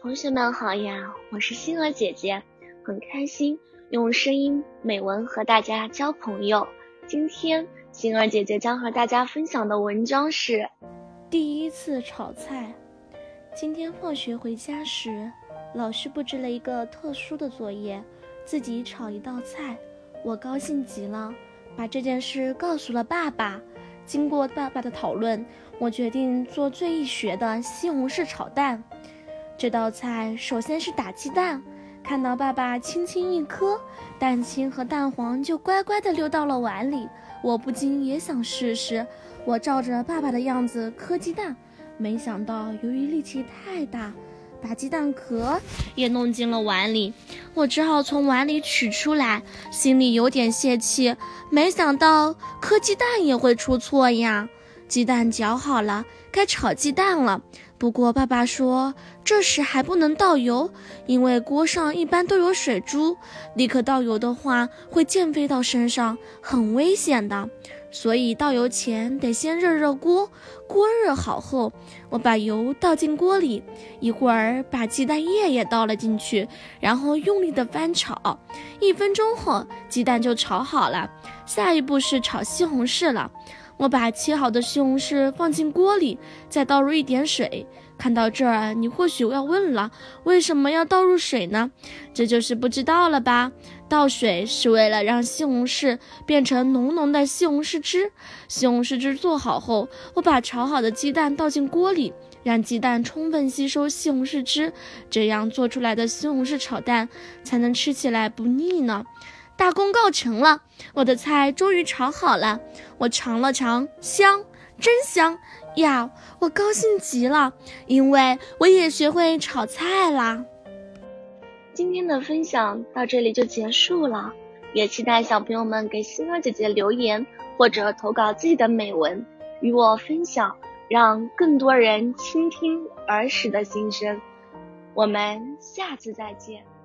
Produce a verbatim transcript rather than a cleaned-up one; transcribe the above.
同学们好呀，我是星儿姐姐，很开心用声音美文和大家交朋友。今天星儿姐姐将和大家分享的文章是第一次炒菜。今天放学回家时，老师布置了一个特殊的作业，自己炒一道菜。我高兴极了，把这件事告诉了爸爸。经过爸爸的讨论，我决定做最易学的西红柿炒蛋。这道菜首先是打鸡蛋，看到爸爸轻轻一磕，蛋清和蛋黄就乖乖地溜到了碗里。我不禁也想试试，我照着爸爸的样子磕鸡蛋，没想到由于力气太大，把鸡蛋壳也弄进了碗里。我只好从碗里取出来，心里有点泄气，没想到磕鸡蛋也会出错呀。鸡蛋搅好了，该炒鸡蛋了。不过爸爸说，这时还不能倒油，因为锅上一般都有水珠，立刻倒油的话会溅飞到身上，很危险的。所以倒油前得先热热锅，锅热好后，我把油倒进锅里，一会儿把鸡蛋液也倒了进去，然后用力的翻炒。一分钟后，鸡蛋就炒好了。下一步是炒西红柿了。我把切好的西红柿放进锅里，再倒入一点水。看到这儿，你或许要问了，为什么要倒入水呢？这就是不知道了吧？倒水是为了让西红柿变成浓浓的西红柿汁。西红柿汁做好后，我把炒好的鸡蛋倒进锅里，让鸡蛋充分吸收西红柿汁，这样做出来的西红柿炒蛋才能吃起来不腻呢。大功告成了，我的菜终于炒好了。我尝了尝，香，真香呀！我高兴极了，因为我也学会炒菜啦。 今天的分享到这里就结束了，也期待小朋友们给星儿姐姐留言或者投稿自己的美文与我分享，让更多人倾听儿时的心声。我们下次再见。